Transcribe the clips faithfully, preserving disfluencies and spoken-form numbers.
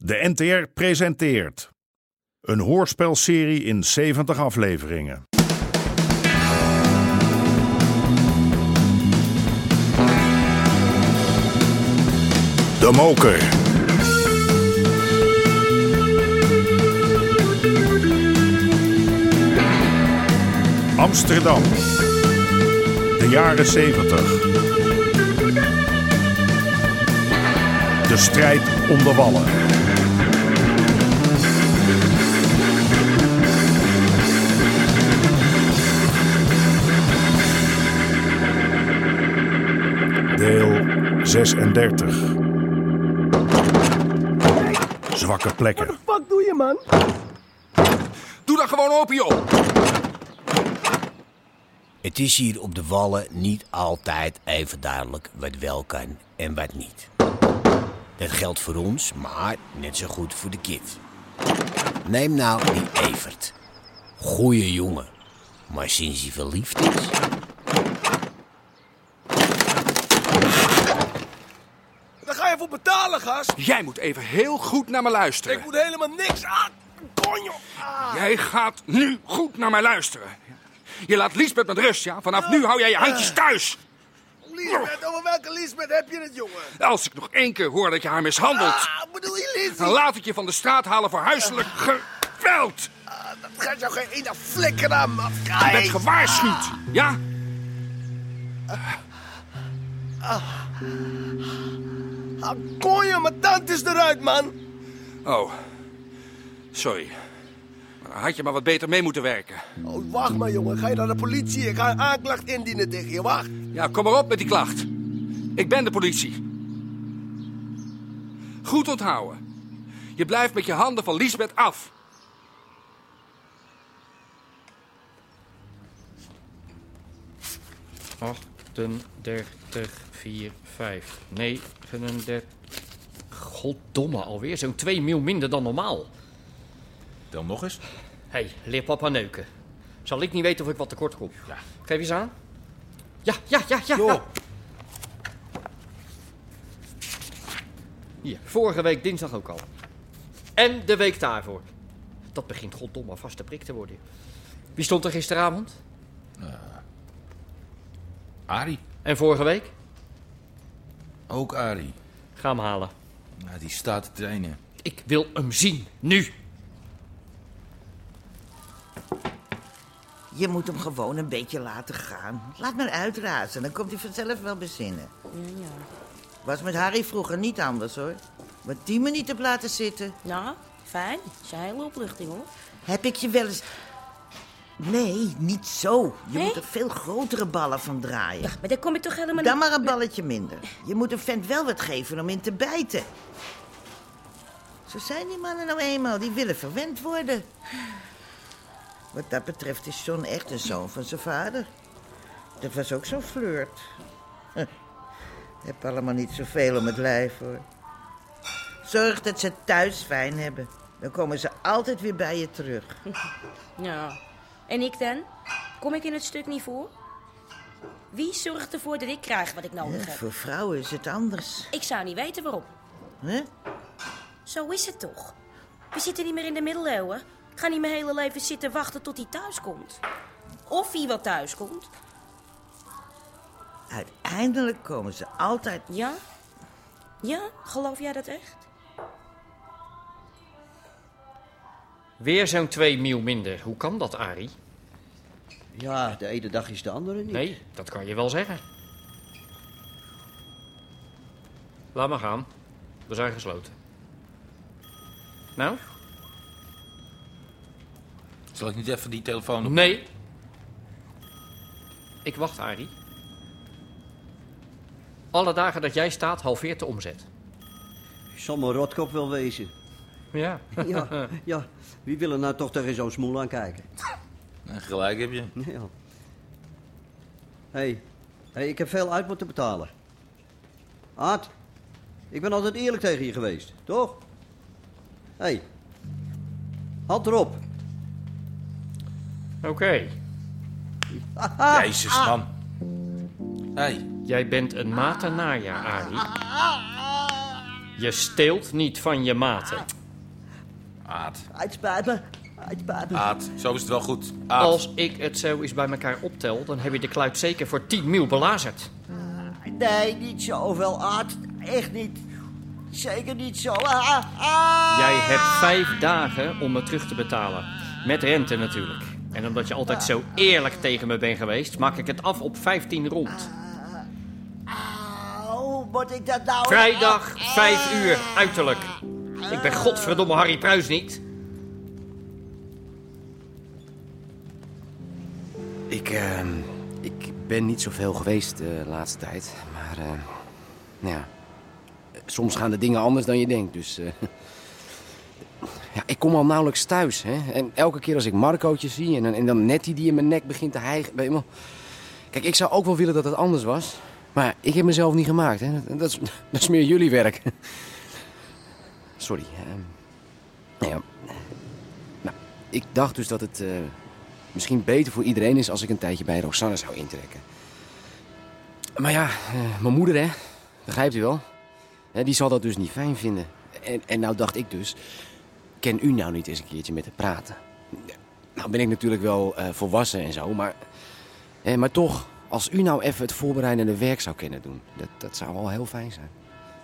De N T R presenteert een hoorspelserie in zeventig afleveringen. De Moker. Amsterdam. De jaren zeventig. De strijd om de wallen. Deel zesendertig. Zwakke plekken. Wat de fuck doe je, man? Doe dat gewoon open, joh! Het is hier op de Wallen niet altijd even duidelijk wat wel kan en wat niet. Dat geldt voor ons, maar net zo goed voor de kid. Neem nou die Evert. Goeie jongen. Maar sinds hij verliefd is... Daar ga je voor betalen, gast. Jij moet even heel goed naar me luisteren. Ik moet helemaal niks aan. Konjo. Ah. Jij gaat nu goed naar mij luisteren. Je laat Liesbeth met rust, ja? Vanaf nu hou jij je handjes thuis. Liesbeth, over welke Liesbeth heb je het, jongen? Als ik nog één keer hoor dat je haar mishandelt... Ah, bedoel je Lies? dan laat ik je van de straat halen voor huiselijk geweld. Ah, dat gaat jou geen ene flikker aan, man. Je bent gewaarschuwd, ja? Ah, Konjo, mijn tand is eruit, man. Oh, sorry. Maar dan had je maar wat beter mee moeten werken. Oh, wacht maar, jongen. Ga je naar de politie? Ik ga een aanklacht indienen tegen je. Wacht. Ja, kom maar op met die klacht. Ik ben de politie. Goed onthouden. Je blijft met je handen van Liesbeth af. achtendertig, vier, vijf, negenendertig... Goddomme, alweer zo'n twee mil minder dan normaal. Tel nog eens. Hé, hey, leer papa neuken. Zal ik niet weten of ik wat tekort kom? Ja. Geef eens aan. Ja, ja, ja, ja. Joh. ja. Hier, vorige week dinsdag ook al. En de week daarvoor. Dat begint goddomme vaste prik te worden. Wie stond er gisteravond? Uh, Arie. En vorige week? Ook Arie. Ga hem halen. Nou, die staat te trainen. Ik wil hem zien. Nu. Je moet hem gewoon een beetje laten gaan. Laat maar uitrazen, dan komt hij vanzelf wel bezinnen. Ja, ja. Was met Harry vroeger niet anders, hoor. Maar die me niet op laten zitten. Nou, fijn. Dat is een hele opluchting, hoor. Heb ik je wel eens... Nee, niet zo. Je Nee? moet er veel grotere ballen van draaien. Ja, maar daar kom ik toch helemaal Dan niet... maar een balletje minder. Je moet een vent wel wat geven om in te bijten. Zo zijn die mannen nou eenmaal. Die willen verwend worden. Wat dat betreft is John echt een zoon van zijn vader. Dat was ook zo'n flirt. Huh. Heb allemaal niet zoveel om het lijf, hoor. Zorg dat ze het thuis fijn hebben. Dan komen ze altijd weer bij je terug. Ja. En ik dan? Kom ik in het stuk niet voor? Wie zorgt ervoor dat ik krijg wat ik nodig Ja, heb? voor vrouwen is het anders. Ik zou niet weten waarom. Hè? Zo is het toch? We zitten niet meer in de middeleeuwen. Ik ga niet mijn hele leven zitten wachten tot hij thuis komt. Of hij wel thuis komt. Uiteindelijk komen ze altijd... Ja? Ja? Geloof jij dat echt? Weer zo'n twee mil minder. Hoe kan dat, Arie? Ja, de ene dag is de andere niet. Nee, dat kan je wel zeggen. Laat maar gaan. We zijn gesloten. Nou? Zal ik niet even die telefoon op? Nee. Ik wacht, Arie. Alle dagen dat jij staat, halveert de omzet. Zal mijn rotkop wel wezen. Ja. Ja, ja, wie wil er nou toch tegen zo'n smoel aan kijken? En gelijk heb je. Ja. Hé, hey, hey, ik heb veel uit moeten betalen. Aad, ik ben altijd eerlijk tegen je geweest, toch? Hé, hey, hand erop. Oké. Okay. Jezus, man. Hé. Hey. Jij bent een matenaar, ja, Arie. Je steelt niet van je maten. Aad. Het spijt me. Het spijt me. Aad, zo is het wel goed. Aad. Als ik het zo eens bij elkaar optel, dan heb je de kluit zeker voor tien mil belazerd. Nee, niet zoveel, Aad. Echt niet. Zeker niet zo. Ah, ah. Jij hebt vijf dagen om me terug te betalen. Met rente natuurlijk. En omdat je altijd zo eerlijk tegen me bent geweest, maak ik het af op vijftien rond. Hoe moet ik dat nou... Vrijdag, vijf uur, uiterlijk. Ik ben godverdomme Harry Pruis niet. Ik, uh, ik ben niet zoveel geweest de uh, laatste tijd. Maar, uh, nou ja... Soms gaan de dingen anders dan je denkt, dus... Uh, ja, ik kom al nauwelijks thuis, hè. En elke keer als ik Marcootje zie en, en dan Nettie die in mijn nek begint te hijgen... Weet je wel. Kijk, ik zou ook wel willen dat het anders was. Maar ik heb mezelf niet gemaakt, hè. Dat, dat, is, dat is meer jullie werk. Sorry. Uh, nou ja... Nou, ik dacht dus dat het uh, misschien beter voor iedereen is als ik een tijdje bij Rosanne zou intrekken. Maar ja, uh, mijn moeder, hè. Begrijpt u wel? Die zal dat dus niet fijn vinden. En, en nou dacht ik dus... Ken u nou niet eens een keertje met haar praten? Nou ben ik natuurlijk wel uh, volwassen en zo, maar... Eh, maar toch, als u nou even het voorbereidende werk zou kunnen doen... Dat, dat zou wel heel fijn zijn.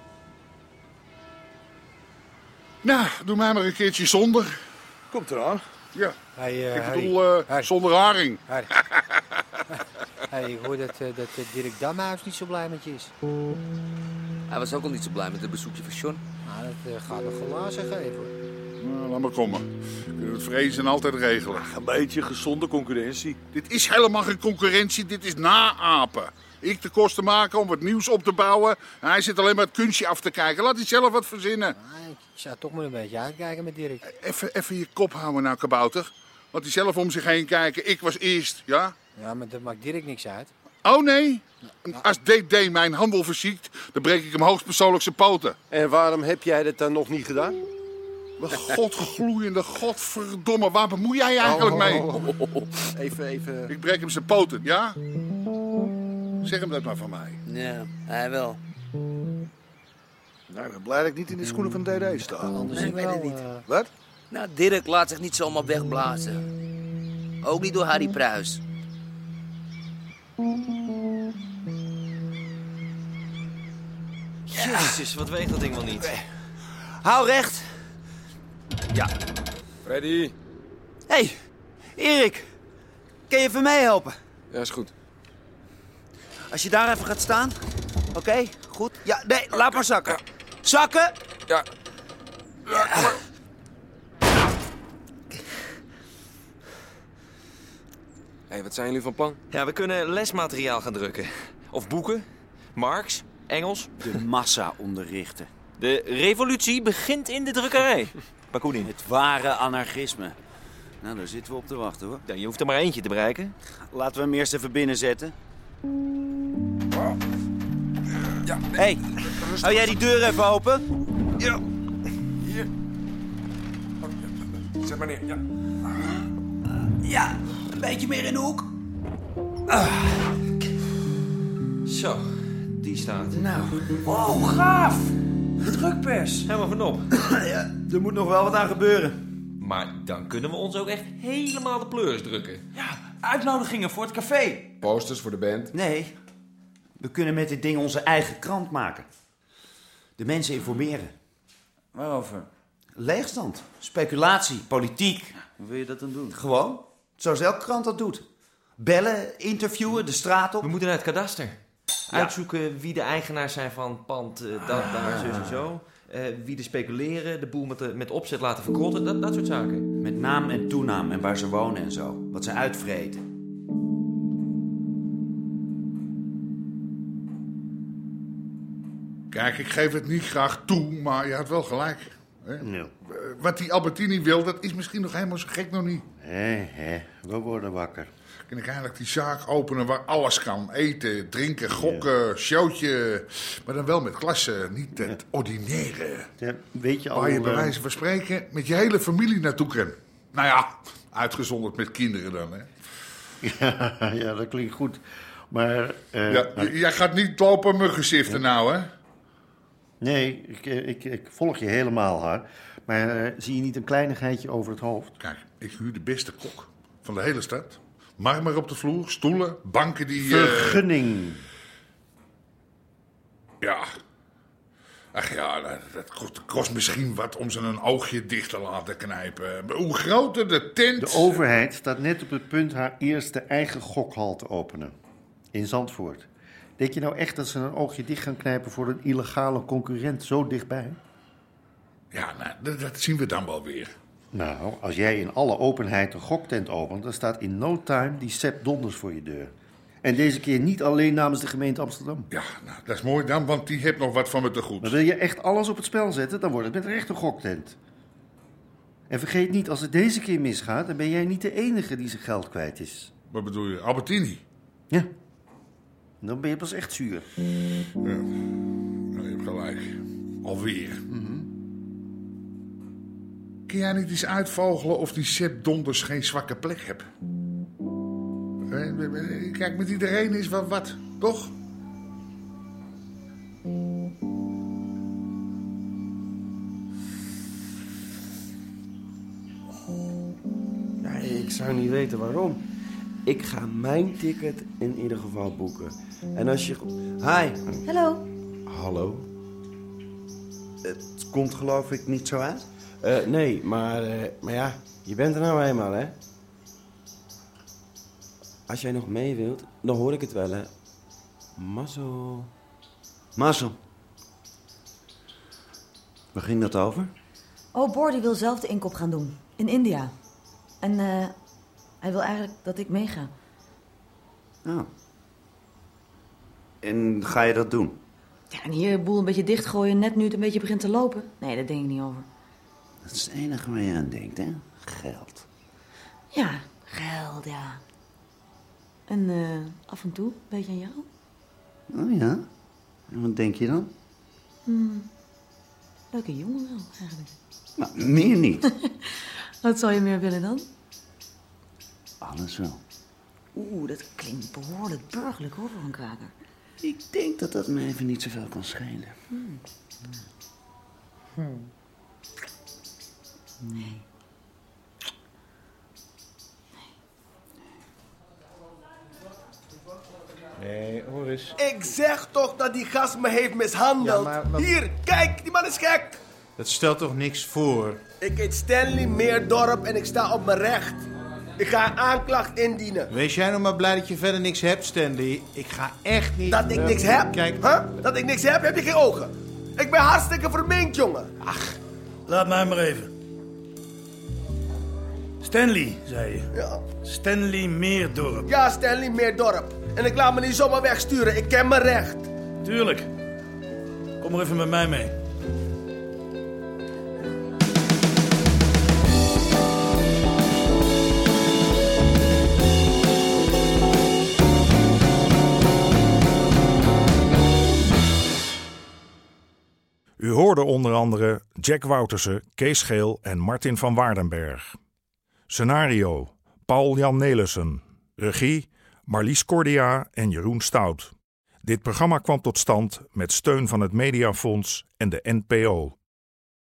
Nou, doe mij maar een keertje zonder. Komt eraan. Ja, Hey, uh, ik bedoel uh, Harry. zonder haring. Harry. Hey, ik hoor dat, uh, dat uh, Dirk Damhuis niet zo blij met je is. Hij was ook al niet zo blij met het bezoekje van John. Nou, dat uh, gaat nog glazen geven, hoor. Nou, laat maar komen. Kunnen we het vrezen altijd regelen. Een beetje gezonde concurrentie. Dit is helemaal geen concurrentie, dit is naapen. Ik de kosten maken om wat nieuws op te bouwen. En hij zit alleen maar het kunstje af te kijken. Laat hij zelf wat verzinnen. Nou, ik zou toch maar een beetje uitkijken met Dirk. Even, even je kop houden nou, kabouter. Laat hij zelf om zich heen kijken. Ik was eerst, ja? Ja, maar dat maakt Dirk niks uit. Oh nee? Als D D mijn handel verziekt, dan breek ik hem hoogstpersoonlijk zijn poten. En waarom heb jij dat dan nog niet gedaan? Godgloeiende, godverdomme, waar bemoei jij je eigenlijk mee? Oh, oh, oh, oh. Even, even... Ik breek hem zijn poten, ja? Zeg hem dat maar van mij. Ja, hij wel. Nou, ik ben blij dat ik niet in de schoenen van D D sta. Anders Nee, ik weet het niet. Uh... Wat? Nou, Dirk laat zich niet zomaar wegblazen. Ook niet door Harry Pruis. Jezus, wat weegt dat ding wel niet? Hou recht. Ja. Freddy. Hey, Erik. Kun je even meehelpen? Ja, is goed. Als je daar even gaat staan. Oké, okay, goed. Ja, nee, laat maar zakken. Zakken! Ja. Ja, kom maar. Hé, hey, wat zijn jullie van plan? Ja, we kunnen lesmateriaal gaan drukken. Of boeken. Marx, Engels. De massa onderrichten. De revolutie begint in de drukkerij. Bakunin. Het ware anarchisme. Nou, daar zitten we op te wachten, hoor. Ja, je hoeft er maar eentje te bereiken. Laten we hem eerst even binnenzetten. Ja, nee. Hé, hey, hou jij die deur even open? Ja. Hier. Zet maar neer, ja. Ja, een beetje meer in de hoek. Ah. Zo, die staat. Nou, wow, gaaf. Drukpers. Helemaal vanop. Ja, er moet nog wel wat aan gebeuren. Maar dan kunnen we ons ook echt helemaal de pleurs drukken. Ja, uitnodigingen voor het café. Posters voor de band. Nee, we kunnen met dit ding onze eigen krant maken. De mensen informeren. Waarover? Leegstand, speculatie, politiek. Hoe wil je dat dan doen? Gewoon, zoals elke krant dat doet. Bellen, interviewen, de straat op. We moeten naar het kadaster. Ja. Uitzoeken wie de eigenaars zijn van pand, uh, dat, ah. daar, zo en zo. Uh, wie er speculeren, de boel met, de, met opzet laten verkrotten, dat, dat soort zaken. Met naam en toenaam en waar ze wonen en zo. Wat ze uitvreten. Kijk, ik geef het niet graag toe, maar je had wel gelijk. Hè? Nee. Wat die Albertini wil, dat is misschien nog helemaal zo gek nog niet. Hé, hé, we worden wakker. Kan ik eigenlijk die zaak openen waar alles kan. Eten, drinken, gokken, ja. Showtje. Maar dan wel met klasse, niet het ja. ordinaire. Ja, weet je al... Waar je bij wijze van spreken met je hele familie naartoe kan. Nou ja, uitgezonderd met kinderen dan, hè. Ja, ja, dat klinkt goed. Maar... Uh, ja, maar... Jij gaat niet lopen muggenziften ja. nou, hè? Nee, ik, ik, ik volg je helemaal, haar. Maar uh, zie je niet een kleinigheidje over het hoofd? Kijk, ik huur de beste kok van de hele stad. Marmer op de vloer, stoelen, banken die... Vergunning. Uh... Ja. Ach ja, dat kost, kost misschien wat om ze een oogje dicht te laten knijpen. Maar hoe groter de tent... De overheid staat net op het punt haar eerste eigen gokhal te openen. In Zandvoort. Denk je nou echt dat ze een oogje dicht gaan knijpen voor een illegale concurrent zo dichtbij? Ja, nou, dat, dat zien we dan wel weer. Nou, als jij in alle openheid een goktent opent, dan staat in no time die Sepp Donders voor je deur. En deze keer niet alleen namens de gemeente Amsterdam. Ja, nou, dat is mooi dan, want die heeft nog wat van me te goed. Maar wil je echt alles op het spel zetten, dan wordt het met recht een goktent. En vergeet niet, als het deze keer misgaat, dan ben jij niet de enige die zijn geld kwijt is. Wat bedoel je, Albertini? Ja. Dan ben je pas echt zuur. Ja, nou, je hebt gelijk. Alweer. Mm-hmm. Kun jij niet eens uitvogelen of die Sepp Donders geen zwakke plek heeft? Kijk, met iedereen is wat, wat toch? Nee, ik zou niet weten waarom. Ik ga mijn ticket in ieder geval boeken. En als je... Hi. Hallo. Hallo. Het komt geloof ik niet zo uit? Uh, nee, maar, uh, maar ja, je bent er nou eenmaal, hè? Als jij nog mee wilt, dan hoor ik het wel, hè? Mazzel. Mazzel. Waar ging dat over? Oh, Bordy wil zelf de inkoop gaan doen. In India. En uh, hij wil eigenlijk dat ik meega. Oh. En ga je dat doen? Ja, en hier de boel een beetje dichtgooien net nu het een beetje begint te lopen. Nee, daar denk ik niet over. Dat is het enige waar je aan denkt, hè? Geld. Ja, geld, ja. En uh, af en toe een beetje aan jou. Oh ja? En wat denk je dan? Hmm. Leuke jongen wel, eigenlijk. Nou, meer niet. Wat zou je meer willen dan? Alles wel. Oeh, dat klinkt behoorlijk burgerlijk hoor, voor een kraker. Ik denk dat dat me even niet zoveel kan schelen. Hmm. Hmm. Nee. Nee, hoor eens. Ik zeg toch dat die gast me heeft mishandeld. Ja, maar, wat... Hier, kijk, die man is gek. Dat stelt toch niks voor? Ik heet Stanley Meerdorp en ik sta op mijn recht. Ik ga een aanklacht indienen. Wees jij nog maar blij dat je verder niks hebt, Stanley. Ik ga echt niet... Dat ik uh, niks heb? Kijk. Huh? Dat ik niks heb? Heb je geen ogen? Ik ben hartstikke verminkt, jongen. Ach. Laat mij maar even. Stanley, zei je? Ja. Stanley Meerdorp. Ja, Stanley Meerdorp. En ik laat me niet zomaar wegsturen. Ik ken mijn recht. Tuurlijk. Kom maar even met mij mee. U hoorde onder andere Jack Woutersen, Kees Geel en Martin van Waardenberg. Scenario: Paul-Jan Nelissen. Regie: Marlies Cordia en Jeroen Stout. Dit programma kwam tot stand met steun van het Mediafonds en de N P O.